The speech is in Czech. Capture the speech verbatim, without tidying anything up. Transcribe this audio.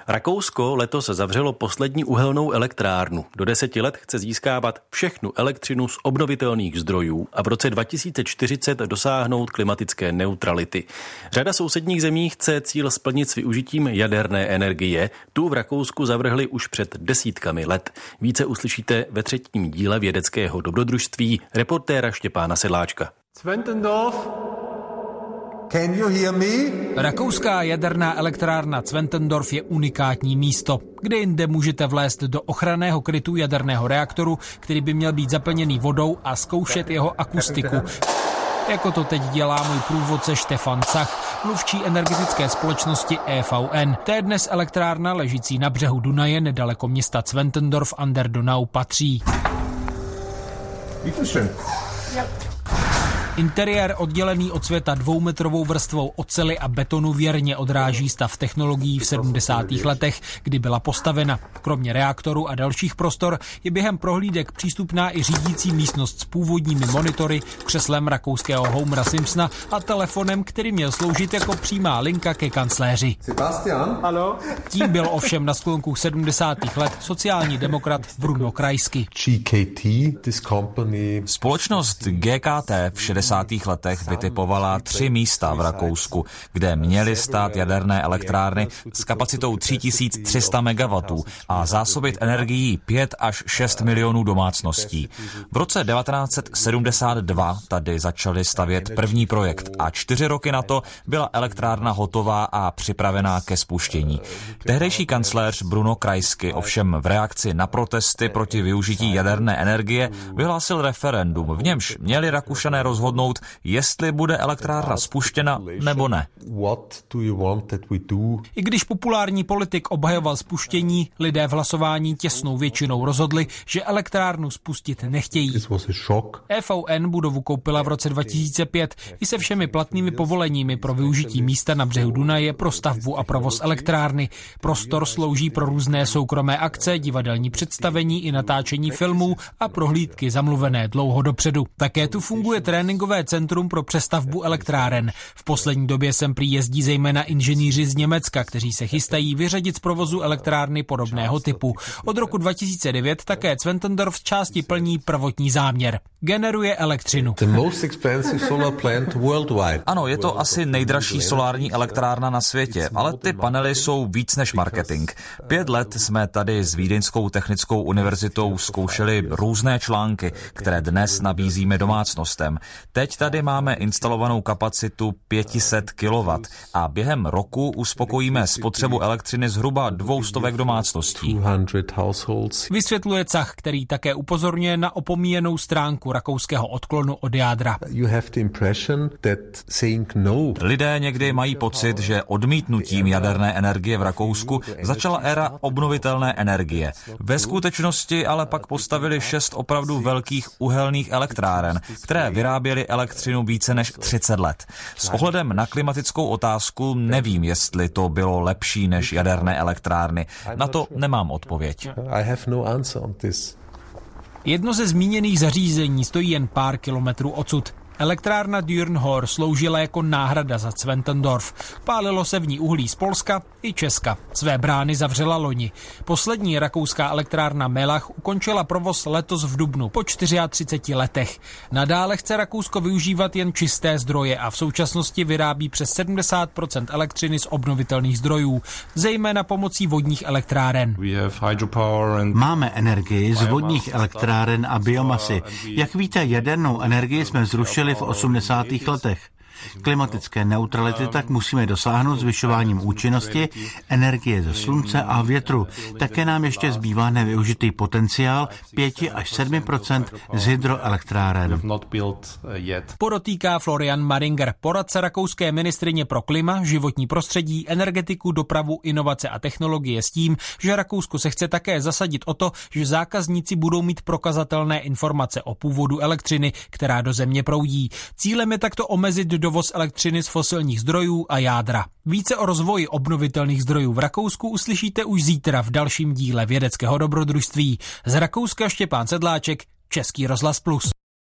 Rakousko letos zavřelo poslední uhelnou elektrárnu. Do deseti let chce získávat všechnu elektřinu z obnovitelných zdrojů a v roce dva tisíce čtyřicet dosáhnout klimatické neutrality. Řada sousedních zemí chce cíl splnit s využitím jaderné energie. Tu v Rakousku zavrhli už před desítkami let. Více uslyšíte ve třetím díle vědeckého dobrodružství reportéra Štěpána Sedláčka. Zwentendorf. Can you hear me? Rakouská jaderná elektrárna Zwentendorf je unikátní místo, kde jinde můžete vlézt do ochranného krytu jaderného reaktoru, který by měl být zaplněný vodou a zkoušet jeho akustiku. Jako to teď dělá můj průvodce Štefan Zach, mluvčí energetické společnosti E V N. To je dnes elektrárna ležící na břehu Dunaje nedaleko města Zwentendorf an der Donau patří. Interiér oddělený od světa dvoumetrovou vrstvou oceli a betonu věrně odráží stav technologií v sedmdesátých letech, kdy byla postavena. Kromě reaktoru a dalších prostor je během prohlídek přístupná i řídící místnost s původními monitory, křeslem rakouského Homera Simpsona a telefonem, který měl sloužit jako přímá linka ke kancléři. Sebastian, hallo? Tím byl ovšem na sklonku sedmdesátých let sociální demokrat Bruno Kreisky. G K T, this company... Společnost G K T v šedesátých letech vytipovala tři místa v Rakousku, kde měly stát jaderné elektrárny s kapacitou tři tisíce tři sta megawattů a zásobit energií pět až šest milionů domácností. V roce devatenáct set sedmdesát dva tady začali stavět první projekt a čtyři roky na to byla elektrárna hotová a připravená ke spuštění. Tehdejší kancléř Bruno Kreisky ovšem v reakci na protesty proti využití jaderné energie vyhlásil referendum, v němž měli Rakušané rozhodnout, jestli bude elektrárna spuštěna nebo ne. I když populární politik obhajoval spuštění, lidé v hlasování těsnou většinou rozhodli, že elektrárnu spustit nechtějí. E V N budovu koupila v roce dva tisíce pět i se všemi platnými povoleními pro využití místa na břehu Dunaje pro stavbu a provoz elektrárny. Prostor slouží pro různé soukromé akce, divadelní představení i natáčení filmů a prohlídky zamluvené dlouho dopředu. Také tu funguje tréninkové centrum pro přestavbu elektráren. V poslední době sem prý jezdí zejména inženýři z Německa, kteří se chystají vyřadit z provozu elektrárny podobného typu. Od roku dva tisíce devět také Zwentendorf z části plní prvotní záměr. Generuje elektřinu. Ano, je to asi nejdražší solární elektrárna na světě, ale ty panely jsou víc než marketing. Pět let jsme tady s Vídeňskou technickou univerzitou zkoušeli různé články, které dnes nabízíme domácnostem. Teď tady máme instalovanou kapacitu pět set kilowattů a během roku uspokojíme spotřebu elektřiny zhruba dvoustovek domácností. Vysvětluje Zach, který také upozorňuje na opomíjenou stránku rakouského odklonu od jádra. Lidé někdy mají pocit, že odmítnutím jaderné energie v Rakousku začala éra obnovitelné energie. Ve skutečnosti ale pak postavili šest opravdu velkých uhelných elektráren, které vyráběly elektřinu více než třicet let. S ohledem na klimatickou otázku nevím, jestli to bylo lepší než jaderné elektrárny. Na to nemám odpověď. Jedno ze zmíněných zařízení stojí jen pár kilometrů odsud. Elektrárna Dürnhor sloužila jako náhrada za Zwentendorf. Pálilo se v ní uhlí z Polska i Česka. Své brány zavřela loni. Poslední rakouská elektrárna Mellach ukončila provoz letos v dubnu po třiceti čtyřech letech. Nadále chce Rakousko využívat jen čisté zdroje a v současnosti vyrábí přes sedmdesát procent elektřiny z obnovitelných zdrojů, zejména pomocí vodních elektráren. Máme energii z vodních elektráren a biomasy. Jak víte, jadernou energii jsme zrušili v osmdesátých letech. Klimatické neutrality tak musíme dosáhnout zvyšováním účinnosti, energie ze slunce a větru. Také nám ještě zbývá nevyužitý potenciál pět až sedm procent z hydroelektráren. Podotýká Florian Maringer, poradce rakouské ministryně pro klima, životní prostředí, energetiku, dopravu, inovace a technologie s tím, že Rakousko se chce také zasadit o to, že zákazníci budou mít prokazatelné informace o původu elektřiny, která do země proudí. Cílem je takto omezit dovoz elektřiny z fosilních zdrojů a jádra. Více o rozvoji obnovitelných zdrojů v Rakousku uslyšíte už zítra v dalším díle vědeckého dobrodružství. Z Rakouska Štěpán Sedláček, Český rozhlas Plus.